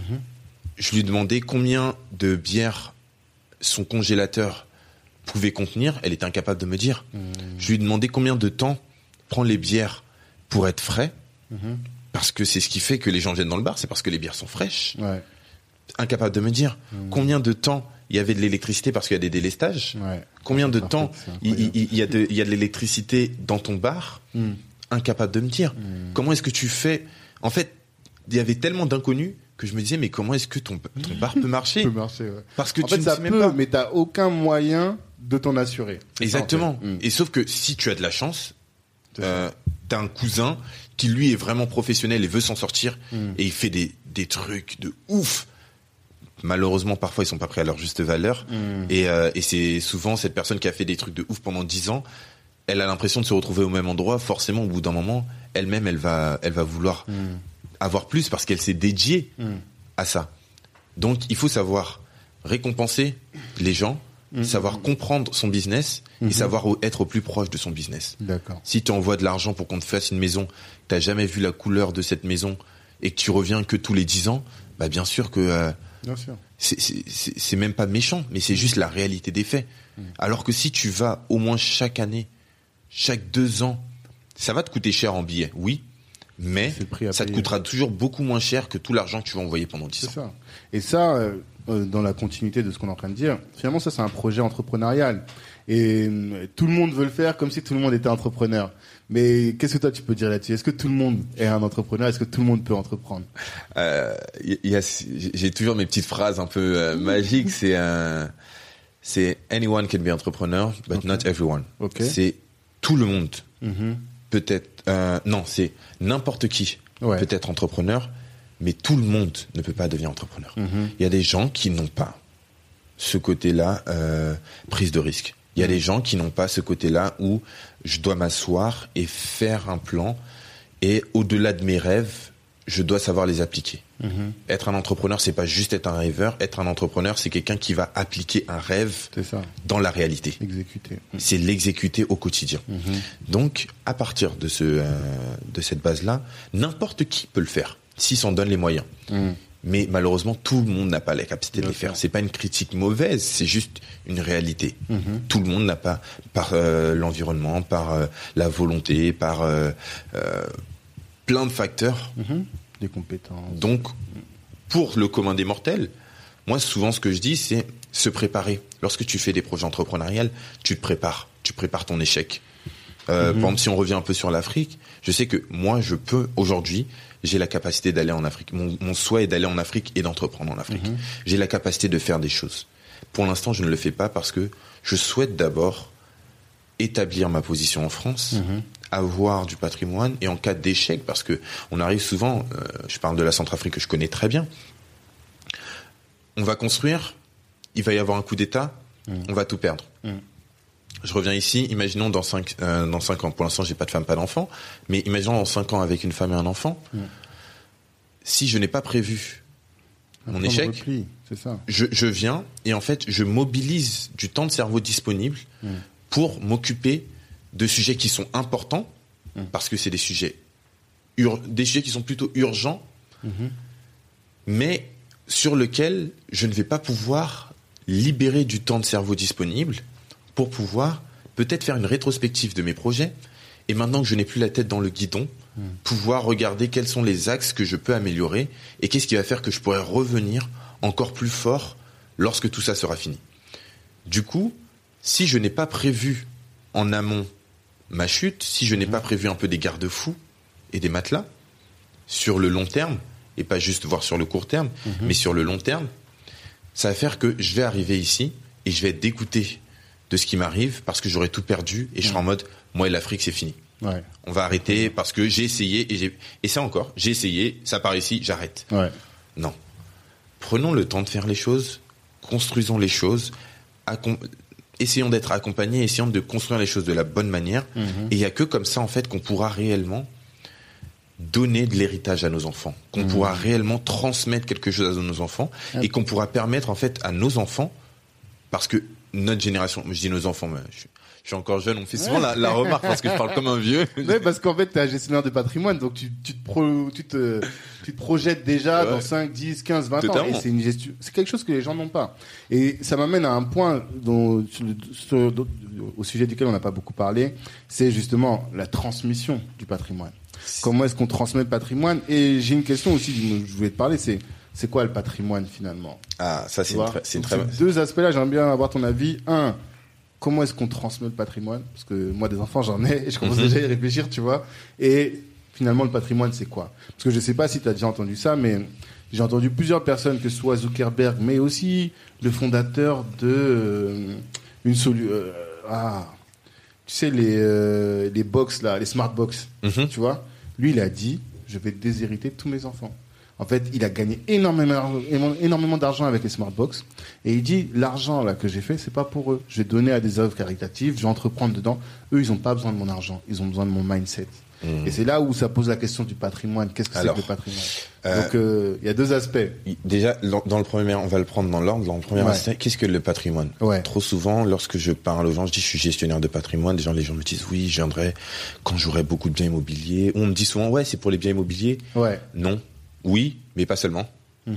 Je lui demandais combien de bières son congélateur pouvait contenir. Elle était incapable de me dire. Je lui demandais combien de temps prend les bières pour être frais. Parce que c'est ce qui fait que les gens viennent dans le bar, c'est parce que les bières sont fraîches. Incapable de me dire combien de temps il y avait de l'électricité parce qu'il y a des délestages. Combien de temps il y a de l'électricité dans ton bar? Incapable de me dire. Comment est-ce que tu fais? En fait, il y avait tellement d'inconnus que je me disais mais comment est-ce que ton bar peut marcher? Peut marcher, Parce que en fait, ça peut, mais t'as aucun moyen de ton assuré. Exactement. Ça, en fait. Et sauf que si tu as de la chance, t'as un cousin qui lui est vraiment professionnel et veut s'en sortir et il fait des trucs de ouf. Malheureusement, parfois, ils sont pas pris à leur juste valeur. Et c'est souvent cette personne qui a fait des trucs de ouf pendant 10 ans. Elle a l'impression de se retrouver au même endroit. Forcément, au bout d'un moment, elle-même, elle va vouloir avoir plus parce qu'elle s'est dédiée à ça. Donc, il faut savoir récompenser les gens, savoir comprendre son business et savoir être au plus proche de son business. D'accord. Si tu envoies de l'argent pour qu'on te fasse une maison, t'as jamais vu la couleur de cette maison et que tu reviens que tous les 10 ans, bah bien sûr que Bien sûr. c'est même pas méchant, mais c'est juste la réalité des faits. Alors que si tu vas au moins chaque année, chaque 2 ans, ça va te coûter cher en billets, oui, mais ça te coûtera toujours beaucoup moins cher que tout l'argent que tu vas envoyer pendant 10 ans. C'est ça. Et ça, dans la continuité de ce qu'on est en train de dire, finalement, ça, c'est un projet entrepreneurial. Et tout le monde veut le faire comme si tout le monde était entrepreneur. Mais qu'est-ce que toi, tu peux dire là-dessus? Est-ce que tout le monde est un entrepreneur? Est-ce que tout le monde peut entreprendre? J'ai toujours mes petites phrases un peu magiques. C'est anyone can be entrepreneur, but not everyone. C'est tout le monde. Peut-être, non, c'est n'importe qui peut être entrepreneur, mais tout le monde ne peut pas devenir entrepreneur. Il y a des gens qui n'ont pas ce côté-là, prise de risque. Il y a des gens qui n'ont pas ce côté-là où je dois m'asseoir et faire un plan et au-delà de mes rêves, je dois savoir les appliquer. Être un entrepreneur, c'est pas juste être un rêveur. Être un entrepreneur, c'est quelqu'un qui va appliquer un rêve dans la réalité. Exécuter. C'est l'exécuter au quotidien. Donc, à partir de de cette base-là, n'importe qui peut le faire s'il s'en donne les moyens. Mais malheureusement, tout le monde n'a pas la capacité de les faire. C'est pas une critique mauvaise, c'est juste une réalité. Tout le monde n'a pas, par l'environnement, par la volonté, par plein de facteurs. Des compétences. Donc, pour le commun des mortels, moi, souvent, ce que je dis, c'est se préparer. Lorsque tu fais des projets entrepreneuriaux, tu te prépares. Tu prépares ton échec. Par exemple, si on revient un peu sur l'Afrique, je sais que moi, je peux, aujourd'hui, j'ai la capacité d'aller en Afrique. Mon souhait est d'aller en Afrique et d'entreprendre en Afrique. J'ai la capacité de faire des choses. Pour l'instant, je ne le fais pas parce que je souhaite d'abord établir ma position en France, avoir du patrimoine et en cas d'échec, parce que on arrive souvent, je parle de la Centrafrique que je connais très bien, on va construire, il va y avoir un coup d'État, on va tout perdre. Je reviens ici, imaginons dans 5 ans, pour l'instant j'ai pas de femme, pas d'enfant, mais imaginons dans 5 ans avec une femme et un enfant, si je n'ai pas prévu mon échec, c'est ça. Je viens et en fait je mobilise du temps de cerveau disponible pour m'occuper de sujets qui sont importants, parce que c'est des sujets qui sont plutôt urgents, mais sur lesquels je ne vais pas pouvoir libérer du temps de cerveau disponible pour pouvoir peut-être faire une rétrospective de mes projets, et maintenant que je n'ai plus la tête dans le guidon, pouvoir regarder quels sont les axes que je peux améliorer, et qu'est-ce qui va faire que je pourrais revenir encore plus fort lorsque tout ça sera fini. Du coup, si je n'ai pas prévu en amont ma chute, si je n'ai pas prévu un peu des garde-fous et des matelas sur le long terme, et pas juste voir sur le court terme, mais sur le long terme, ça va faire que je vais arriver ici et je vais être dégoûté de ce qui m'arrive parce que j'aurai tout perdu et je serai en mode, moi et l'Afrique, c'est fini. On va arrêter parce que j'ai essayé et ça encore, j'ai essayé, ça part ici, j'arrête. Non. Prenons le temps de faire les choses, construisons les choses, essayons d'être accompagnés, essayons de construire les choses de la bonne manière. Et il y a que comme ça, en fait, qu'on pourra réellement donner de l'héritage à nos enfants, qu'on pourra réellement transmettre quelque chose à nos enfants et qu'on pourra permettre, en fait, à nos enfants, parce que notre génération, je dis nos enfants, mais je suis encore jeune, on me fait souvent la remarque parce que je parle comme un vieux. Ouais, parce qu'en fait, t'es un gestionnaire de patrimoine, donc tu te projettes déjà dans 5, 10, 15, 20 ans. Et c'est une gestion, c'est quelque chose que les gens n'ont pas. Et ça m'amène à un point au sujet duquel on n'a pas beaucoup parlé, c'est justement la transmission du patrimoine. Comment est-ce qu'on transmet le patrimoine? Et j'ai une question aussi, je voulais te parler, c'est quoi le patrimoine finalement? Ah, ça c'est une très Ces deux aspects-là, j'aimerais bien avoir ton avis. Un, comment est-ce qu'on transmet le patrimoine? Parce que moi, des enfants, j'en ai, et je commence déjà à y réfléchir, tu vois. Et finalement, le patrimoine, c'est quoi? Parce que je sais pas si tu as déjà entendu ça, mais j'ai entendu plusieurs personnes, que ce soit Zuckerberg, mais aussi le fondateur Tu sais les box là, les smart box, tu vois. Lui, il a dit, je vais déshériter tous mes enfants. En fait, il a gagné énormément d'argent avec les smart box. Et il dit, l'argent là que j'ai fait, c'est pas pour eux. Je vais donner à des œuvres caritatives, je vais entreprendre dedans. Eux, ils ont pas besoin de mon argent, ils ont besoin de mon mindset. Et c'est là où ça pose la question du patrimoine. Qu'est-ce que c'est que le patrimoine? Donc, il y a deux aspects. Déjà, dans le premier, on va le prendre dans l'ordre. Dans le premier aspect, qu'est-ce que le patrimoine? Trop souvent, lorsque je parle aux gens, je dis je suis gestionnaire de patrimoine. Les gens me disent oui, je viendrai quand j'aurai beaucoup de biens immobiliers. On me dit souvent ouais, c'est pour les biens immobiliers. Non. Oui, mais pas seulement. Ou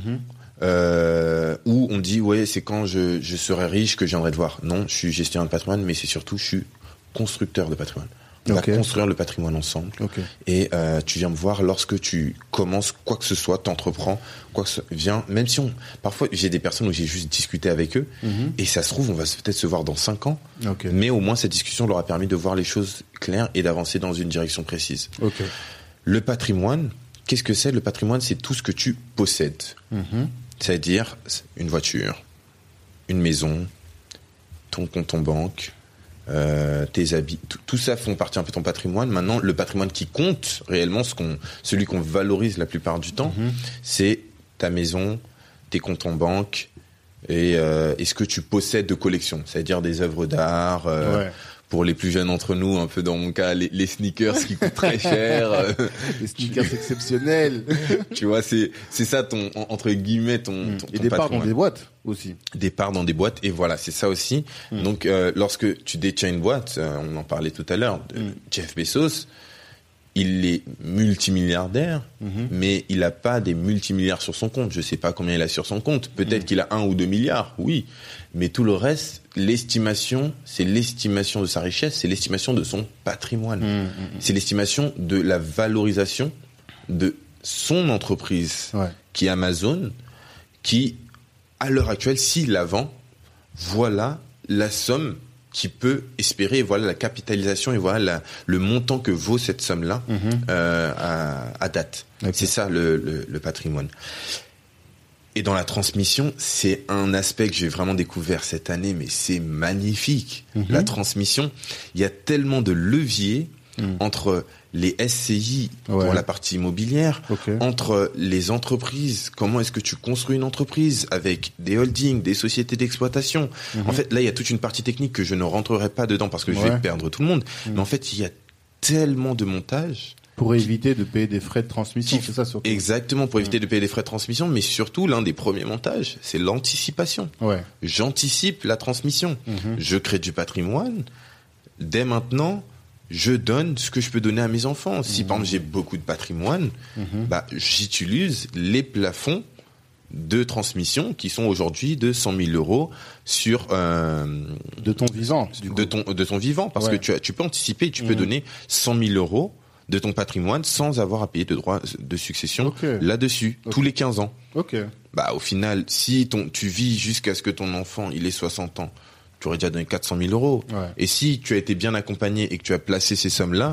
on me dit ouais, c'est quand je serai riche que je viendrai te voir. Non, je suis gestionnaire de patrimoine, mais c'est surtout je suis constructeur de patrimoine. On va construire le patrimoine ensemble. Et tu viens me voir lorsque tu commences quoi que ce soit, t'entreprends, viens, même si parfois j'ai des personnes où j'ai juste discuté avec eux, et ça se trouve, on va peut-être se voir dans 5 ans, mais au moins cette discussion leur a permis de voir les choses claires et d'avancer dans une direction précise. Le patrimoine, qu'est-ce que c'est? Le patrimoine, c'est tout ce que tu possèdes. C'est-à-dire une voiture, une maison, ton compte en banque, tes habits, tout ça font partie un peu de ton patrimoine. Maintenant, le patrimoine qui compte réellement, celui qu'on valorise la plupart du temps, c'est ta maison, tes comptes en banque et ce que tu possèdes de collection, c'est-à-dire des œuvres d'art. Pour les plus jeunes d'entre nous, un peu dans mon cas, les sneakers qui coûtent très cher. Les sneakers exceptionnels. Tu vois, c'est ça entre guillemets ton et des parts dans des boîtes aussi. Des parts dans des boîtes, et voilà, c'est ça aussi. Donc, lorsque tu détiens une boîte, on en parlait tout à l'heure, Jeff Bezos, il est multimilliardaire, mais il n'a pas des multimilliards sur son compte. Je sais pas combien il a sur son compte. Peut-être qu'il a 1 ou 2 milliards, oui. Mais tout le reste, l'estimation, c'est l'estimation de sa richesse, c'est l'estimation de son patrimoine. C'est l'estimation de la valorisation de son entreprise, qui est Amazon, qui, à l'heure actuelle, s'il la vend, voilà la somme qui peut espérer, voilà la capitalisation et voilà le montant que vaut cette somme-là à date. C'est ça le patrimoine. Et dans la transmission, c'est un aspect que j'ai vraiment découvert cette année, mais c'est magnifique. La transmission, il y a tellement de leviers entre les SCI pour la partie immobilière, entre les entreprises, comment est-ce que tu construis une entreprise avec des holdings, des sociétés d'exploitation. En fait, là, il y a toute une partie technique que je ne rentrerai pas dedans parce que je vais perdre tout le monde. Mais en fait, il y a tellement de montages. Pour éviter de payer des frais de transmission, c'est ça surtout. Exactement, pour éviter de payer des frais de transmission, mais surtout, l'un des premiers montages, c'est l'anticipation. J'anticipe la transmission. Je crée du patrimoine. Dès maintenant, je donne ce que je peux donner à mes enfants. Si, par exemple, j'ai beaucoup de patrimoine, j'utilise les plafonds de transmission qui sont aujourd'hui de 100 000 euros sur de ton vivant, de ton vivant, parce que tu peux anticiper, tu peux donner 100 000 euros de ton patrimoine sans avoir à payer de droits de succession là-dessus, tous les 15 ans. Au final, si tu vis jusqu'à ce que ton enfant il ait 60 ans, tu aurais déjà donné 400 000 euros. Et si tu as été bien accompagné et que tu as placé ces sommes-là,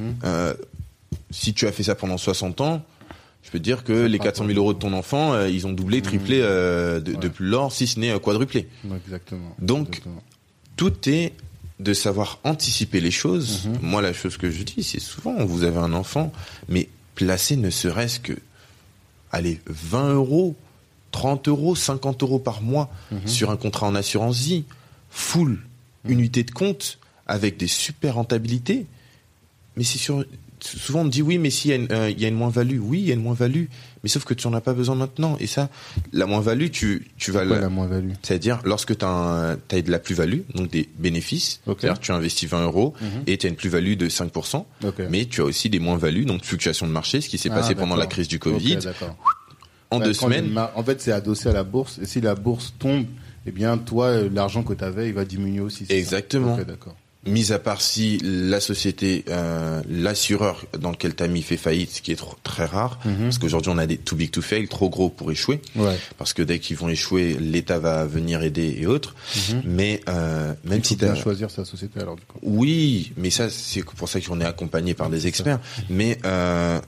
si tu as fait ça pendant 60 ans, je peux te dire que les 400 000 euros de ton enfant, ils ont doublé, triplé de plus l'or, si ce n'est quadruplé. Donc, tout est de savoir anticiper les choses. Moi, la chose que je dis, c'est souvent, vous avez un enfant, mais placez ne serait-ce que, 20 euros, 30 euros, 50 euros par mois sur un contrat en assurance vie, full unité de compte, avec des super rentabilités. Mais c'est sûr, souvent on me dit oui, mais s'il y a une moins-value, oui, il y a une moins-value, mais sauf que tu n'en as pas besoin maintenant. Et ça, la moins-value, tu vas la moins-value. C'est-à-dire, lorsque tu as de la plus-value, donc des bénéfices, c'est-à-dire tu investis 20 euros et tu as une plus-value de 5%, mais tu as aussi des moins-values, donc fluctuation de marché, ce qui s'est passé pendant la crise du Covid. En 2 semaines. En fait, c'est adossé à la bourse, et si la bourse tombe, eh bien, toi, l'argent que tu avais, il va diminuer aussi. Exactement. Mis à part si la société, l'assureur dans lequel tu as mis fait faillite, ce qui est très rare, parce qu'aujourd'hui on a des too big to fail, trop gros pour échouer, parce que dès qu'ils vont échouer, l'État va venir aider et autres. Mais même si tu as choisir sa société alors du coup. Oui, mais ça c'est pour ça qu'on est accompagné par des experts. Mais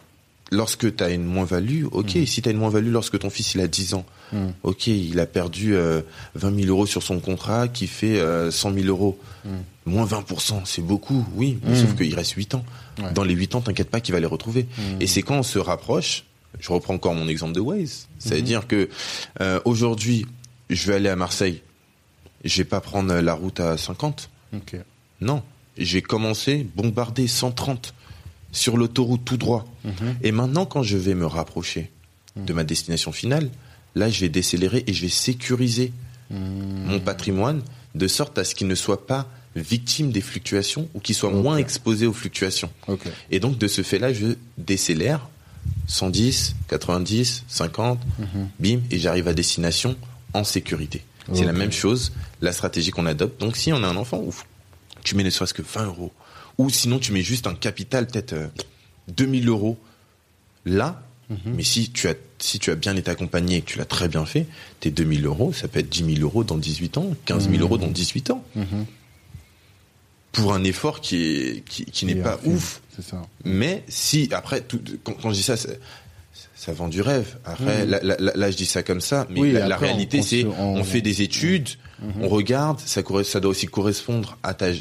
lorsque tu as une moins-value, ok, si tu as une moins-value lorsque ton fils il a 10 ans, ok, il a perdu 20 000 euros sur son contrat qui fait 100 000 euros. Moins 20%, c'est beaucoup, oui, mais sauf qu'il reste 8 ans. Ouais. Dans les 8 ans, t'inquiète pas qu'il va les retrouver. Et c'est quand on se rapproche, je reprends encore mon exemple de Waze, c'est-à-dire que aujourd'hui, je vais aller à Marseille, je vais pas prendre la route à 50. Okay. Non, j'ai commencé bombarder 130 sur l'autoroute tout droit. Et maintenant, quand je vais me rapprocher de ma destination finale, là, je vais décélérer et je vais sécuriser mon patrimoine de sorte à ce qu'il ne soit pas victime des fluctuations ou qu'il soit moins exposé aux fluctuations. Et donc, de ce fait-là, je décélère 110, 90, 50, bim, et j'arrive à destination en sécurité. C'est la même chose, la stratégie qu'on adopte. Donc, si on a un enfant, où tu mets ne serait-ce que 20 euros, ou sinon tu mets juste un capital, peut-être 2000 euros, là, mais si tu as bien été accompagné et que tu l'as très bien fait, tes 2000 euros, ça peut être 10 000 euros dans 18 ans, 15 000 euros dans 18 ans. Pour un effort qui n'est pas ouf. C'est ça. Mais si, après, quand je dis ça, ça vend du rêve. Après, là, je dis ça comme ça, mais la réalité, c'est, on fait des études, on regarde, ça doit aussi correspondre à ta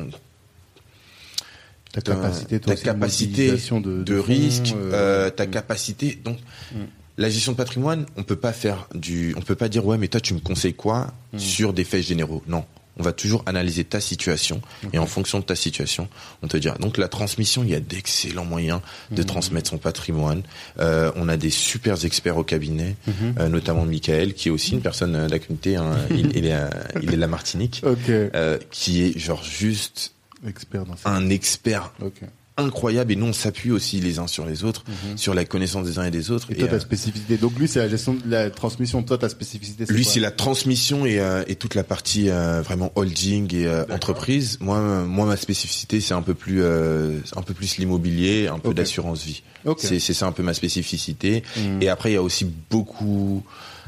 capacité de risque, ta capacité. Donc, la gestion de patrimoine, on peut pas dire, ouais, mais toi, tu me conseilles quoi sur des faits généraux? Non. On va toujours analyser ta situation et en fonction de ta situation, on te dira. Donc la transmission, il y a d'excellents moyens de transmettre son patrimoine. On a des super experts au cabinet, notamment Michael, qui est aussi une personne de la communauté. Hein, il est de la Martinique, qui est genre juste un expert incroyable. Et nous, on s'appuie aussi les uns sur les autres, sur la connaissance des uns et des autres. Et toi, ta spécificité. Donc lui, c'est la gestion de la transmission. Toi, ta spécificité, c'est lui, quoi? c'est la transmission et toute la partie vraiment holding et entreprise. Moi, ma spécificité, c'est un peu plus l'immobilier, un peu d'assurance vie. C'est ça un peu ma spécificité. Et après, il y a aussi beaucoup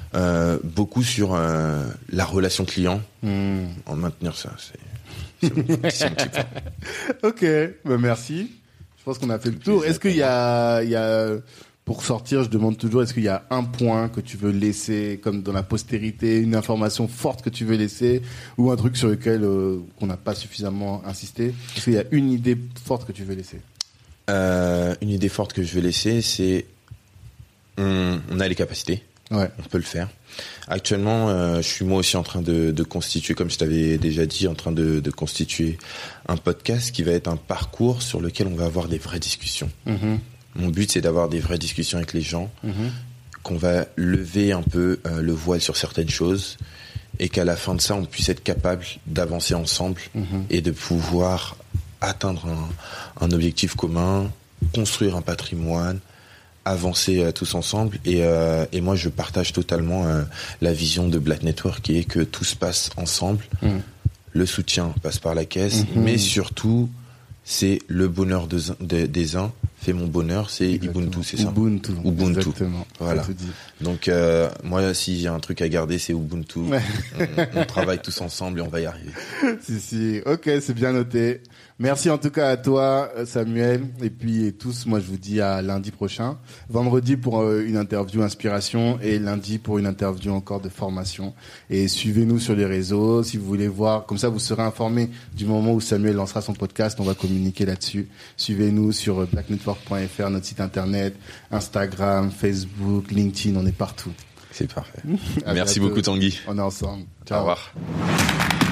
sur la relation client. En maintenir ça, c'est mon petit point. Ok, bah merci. Je pense qu'on a fait le tour. Est-ce qu'il y a, pour sortir, je demande toujours, est-ce qu'il y a un point que tu veux laisser, comme dans la postérité, une information forte que tu veux laisser, ou un truc sur lequel qu'on n'a pas suffisamment insisté? Est-ce qu'il y a une idée forte que tu veux laisser? Une idée forte que je veux laisser, c'est on a les capacités. On peut le faire. Actuellement, je suis moi aussi en train de constituer, comme je t'avais déjà dit, en train de constituer un podcast qui va être un parcours sur lequel on va avoir des vraies discussions. Mon but, c'est d'avoir des vraies discussions avec les gens, qu'on va lever un peu le voile sur certaines choses et qu'à la fin de ça, on puisse être capable d'avancer ensemble et de pouvoir atteindre un objectif commun, construire un patrimoine, avancer tous ensemble et moi je partage totalement la vision de Black Network qui est que tout se passe ensemble. Le soutien passe par la caisse, mais surtout c'est le bonheur des uns fait mon bonheur, c'est Ubuntu, c'est ça. Ubuntu. Exactement. Voilà. Donc moi s'il y a un truc à garder, c'est Ubuntu. On travaille tous ensemble et on va y arriver. Si. Ok, c'est bien noté. Merci en tout cas à toi, Samuel, et puis tous. Moi, je vous dis à lundi prochain. Vendredi pour une interview inspiration et lundi pour une interview encore de formation. Et suivez-nous sur les réseaux si vous voulez voir. Comme ça, vous serez informés du moment où Samuel lancera son podcast. On va communiquer là-dessus. Suivez-nous sur blacknetwork.fr, notre site internet, Instagram, Facebook, LinkedIn. On est partout. C'est parfait. Merci beaucoup, Tanguy. On est ensemble. Ciao. Au revoir.